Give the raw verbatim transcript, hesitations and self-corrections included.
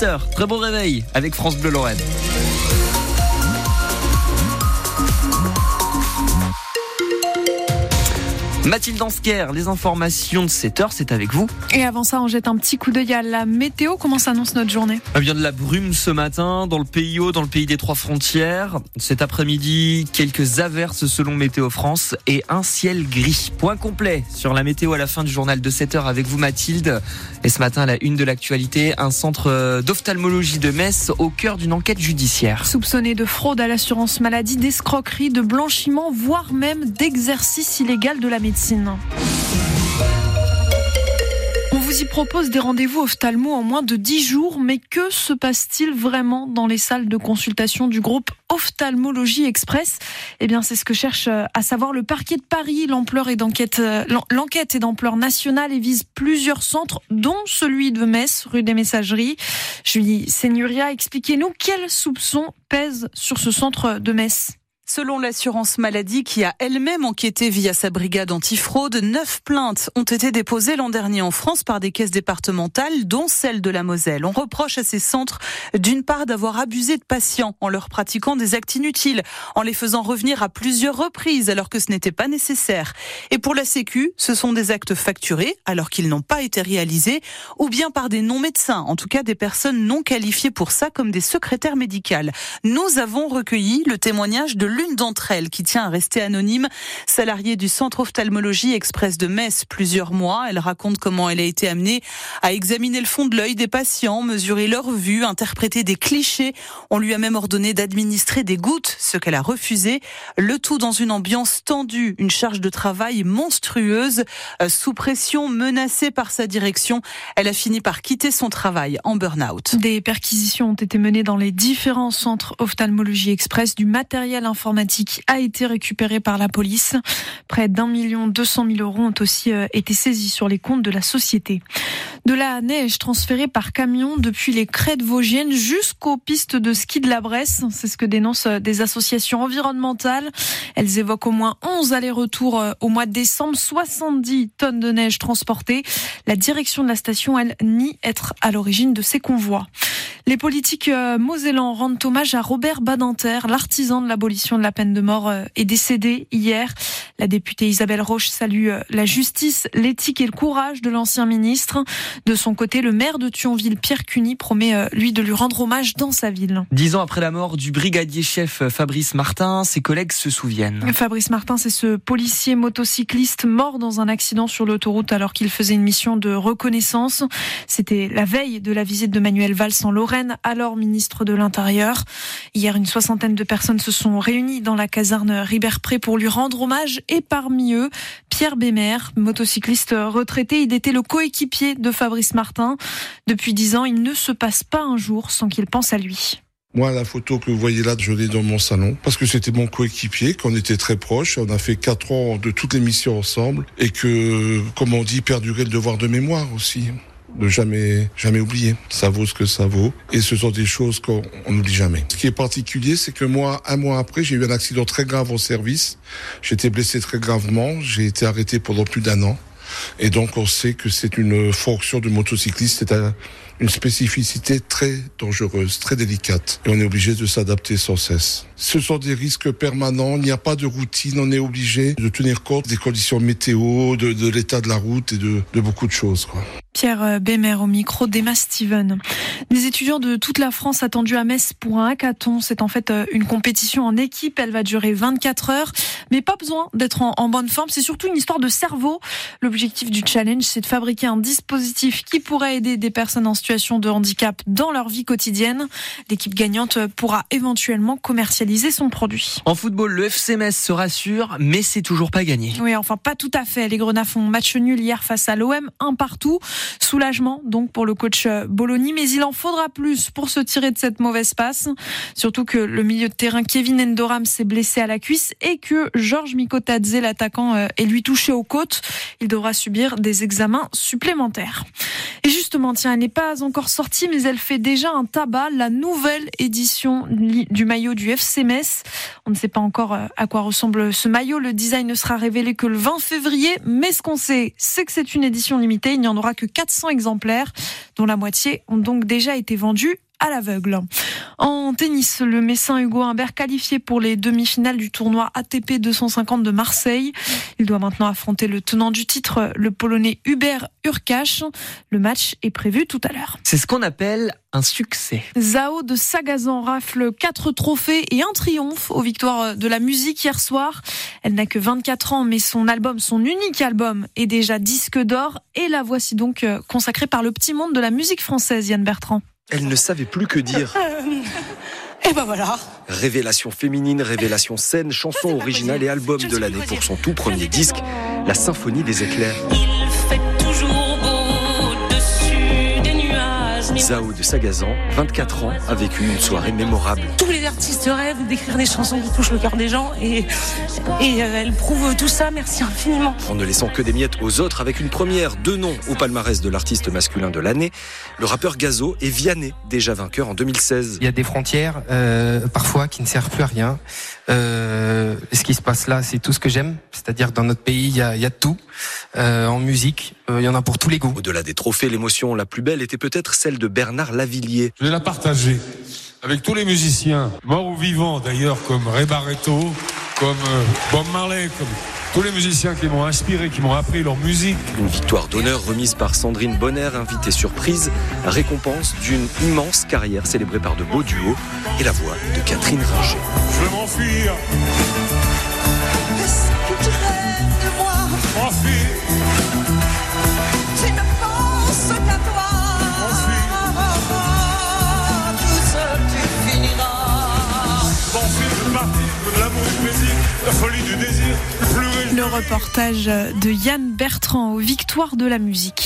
sept heures. Très bon réveil avec France Bleu Lorraine. Mathilde Ansker, les informations de sept heures, c'est avec vous. Et avant ça, on jette un petit coup d'œil à la météo. Comment s'annonce notre journée ? Eh bien, de la brume ce matin dans le Pays Haut, dans le pays des Trois Frontières. Cet après-midi, quelques averses selon Météo France et un ciel gris. Point complet sur la météo à la fin du journal de sept heures avec vous Mathilde. Et ce matin, à la une de l'actualité, un centre d'ophtalmologie de Metz au cœur d'une enquête judiciaire. Soupçonné de fraude à l'assurance maladie, d'escroquerie, de blanchiment, voire même d'exercice illégal de la médecine. On vous y propose des rendez-vous ophtalmo en moins de dix jours, mais que se passe-t-il vraiment dans les salles de consultation du groupe Ophtalmologie Express ? Eh bien, c'est ce que cherche à savoir le parquet de Paris. L'ampleur est d'enquête, l'enquête est d'ampleur nationale et vise plusieurs centres, dont celui de Metz, rue des Messageries. Julie Seigneuria, expliquez-nous quels soupçons pèsent sur ce centre de Metz. Selon l'assurance maladie qui a elle-même enquêté via sa brigade antifraude, neuf plaintes ont été déposées l'an dernier en France par des caisses départementales, dont celle de la Moselle. On reproche à ces centres, d'une part, d'avoir abusé de patients en leur pratiquant des actes inutiles, en les faisant revenir à plusieurs reprises alors que ce n'était pas nécessaire. Et pour la Sécu, ce sont des actes facturés alors qu'ils n'ont pas été réalisés, ou bien par des non-médecins, en tout cas des personnes non qualifiées pour ça, comme des secrétaires médicales. Nous avons recueilli le témoignage de l'une d'entre elles qui tient à rester anonyme, salariée du centre Ophtalmologie Express de Metz plusieurs mois. Elle raconte comment elle a été amenée à examiner le fond de l'œil des patients, mesurer leur vue, interpréter des clichés. On lui a même ordonné d'administrer des gouttes, ce qu'elle a refusé. Le tout dans une ambiance tendue, une charge de travail monstrueuse. Sous pression, menacée par sa direction, elle a fini par quitter son travail en burn-out. Des perquisitions ont été menées dans les différents centres Ophtalmologie Express. Du matériel informatique a été récupéré par la police. Près d'un million deux cent mille euros ont aussi été saisis sur les comptes de la société. De la neige transférée par camion depuis les crêtes vosgiennes jusqu'aux pistes de ski de la Bresse. C'est ce que dénoncent des associations environnementales. Elles évoquent au moins onze allers-retours au mois de décembre, soixante-dix tonnes de neige transportées. La direction de la station, elle, nie être à l'origine de ces convois. Les politiques mosellans rendent hommage à Robert Badinter, l'artisan de l'abolition de la peine de mort, est décédé hier. La députée Isabelle Roche salue la justice, l'éthique et le courage de l'ancien ministre. De son côté, le maire de Thionville, Pierre Cuny, promet lui de lui rendre hommage dans sa ville. Dix ans après la mort du brigadier-chef Fabrice Martin, ses collègues se souviennent. Fabrice Martin, c'est ce policier motocycliste mort dans un accident sur l'autoroute alors qu'il faisait une mission de reconnaissance. C'était la veille de la visite de Manuel Valls en Lorraine, alors ministre de l'Intérieur. Hier, une soixantaine de personnes se sont réunies dans la caserne Ribert-Pré pour lui rendre hommage, et parmi eux, Pierre Bémer, motocycliste retraité. Il était le coéquipier de Fabrice Martin. Depuis dix ans, il ne se passe pas un jour sans qu'il pense à lui. Moi, la photo que vous voyez là, je l'ai dans mon salon, parce que c'était mon coéquipier, qu'on était très proches. On a fait quatre ans de toutes les missions ensemble, et que, comme on dit, perdurer le devoir de mémoire aussi. De jamais, jamais oublier. Ça vaut ce que ça vaut. Et ce sont des choses qu'on n'oublie jamais. Ce qui est particulier, c'est que moi, un mois après, j'ai eu un accident très grave au service. J'étais blessé très gravement. J'ai été arrêté pendant plus d'un an. Et donc, on sait que c'est une fonction de motocycliste. C'est un, une spécificité très dangereuse, très délicate. Et on est obligé de s'adapter sans cesse. Ce sont des risques permanents. Il n'y a pas de routine. On est obligé de tenir compte des conditions météo, de, de l'état de la route et de, de beaucoup de choses, quoi. Pierre Bémer au micro d'Emma Steven. Des étudiants de toute la France attendus à Metz pour un hackathon. C'est en fait une compétition en équipe. Elle va durer vingt-quatre heures. Mais pas besoin d'être en, en bonne forme. C'est surtout une histoire de cerveau. L'objectif du challenge, c'est de fabriquer un dispositif qui pourrait aider des personnes en situation de handicap dans leur vie quotidienne. L'équipe gagnante pourra éventuellement commercialiser son produit. En football, le F C Metz se rassure, mais c'est toujours pas gagné. Oui, enfin pas tout à fait. Les Grenats font match nul hier face à l'O M, un partout. Soulagement donc pour le coach Bologna, mais il en faudra plus pour se tirer de cette mauvaise passe. Surtout que le milieu de terrain Kevin Endoram s'est blessé à la cuisse et que Georges Mikotadze, l'attaquant, est lui touché aux côtes. Il devra subir des examens supplémentaires. Et justement, tiens, elle n'est pas encore sortie, mais elle fait déjà un tabac. La nouvelle édition du maillot du F C Metz. On ne sait pas encore à quoi ressemble ce maillot. Le design ne sera révélé que le vingt février. Mais ce qu'on sait, c'est que c'est une édition limitée. Il n'y en aura que quatre quatre cents exemplaires, dont la moitié ont donc déjà été vendus à l'aveugle. En tennis, le Messin Hugo Humbert qualifié pour les demi-finales du tournoi A T P deux cent cinquante de Marseille. Il doit maintenant affronter le tenant du titre, le Polonais Hubert Hurkacz. Le match est prévu tout à l'heure. C'est ce qu'on appelle un succès. Zao de Sagazan rafle quatre trophées et un triomphe aux victoires de la musique hier soir. Elle n'a que vingt-quatre ans, mais son album, son unique album, est déjà disque d'or. Et la voici donc consacrée par le petit monde de la musique française, Yann Bertrand. Elle ne savait plus que dire. Euh, et ben voilà. Révélation féminine, révélation scène, chanson originale et album de l'année pour son tout premier disque, La Symphonie des éclairs. Il fait toujours beau dessus des nuages. Zao de Sagazan, vingt-quatre ans, a vécu une soirée mémorable. Tous les artistes rêvent d'écrire des chansons qui touchent le cœur des gens et, et euh, elle prouve tout ça, merci infiniment. En ne laissant que des miettes aux autres, avec une première, deux noms au palmarès de l'artiste masculin de l'année, le rappeur Gazo et Vianney, déjà vainqueur en deux mille seize. Il y a des frontières, euh, parfois, qui ne servent plus à rien. Euh, ce qui se passe là, c'est tout ce que j'aime. C'est-à-dire que dans notre pays, il y a, il y a tout. Euh, en musique, euh, il y en a pour tous les goûts. Au-delà des trophées, l'émotion la plus belle était peut-être celle de Bernard Lavilliers. Je vais la partager avec tous les musiciens, morts ou vivants d'ailleurs, comme Ray Barretto, comme euh, Bob Marley, comme tous les musiciens qui m'ont inspiré, qui m'ont appris leur musique. Une victoire d'honneur remise par Sandrine Bonner, invitée surprise, récompense d'une immense carrière célébrée par de beaux duos et la voix de Catherine Ringer. Je veux m'enfuir. Est-ce que tu rêves de moi? M'enfuir. Je ne pense qu'à toi. Tout seul tu finiras. M'enfuir de partir, de l'amour, du plaisir, la folie du désir, le plus Le reportage de Yann Bertrand aux victoires de la musique.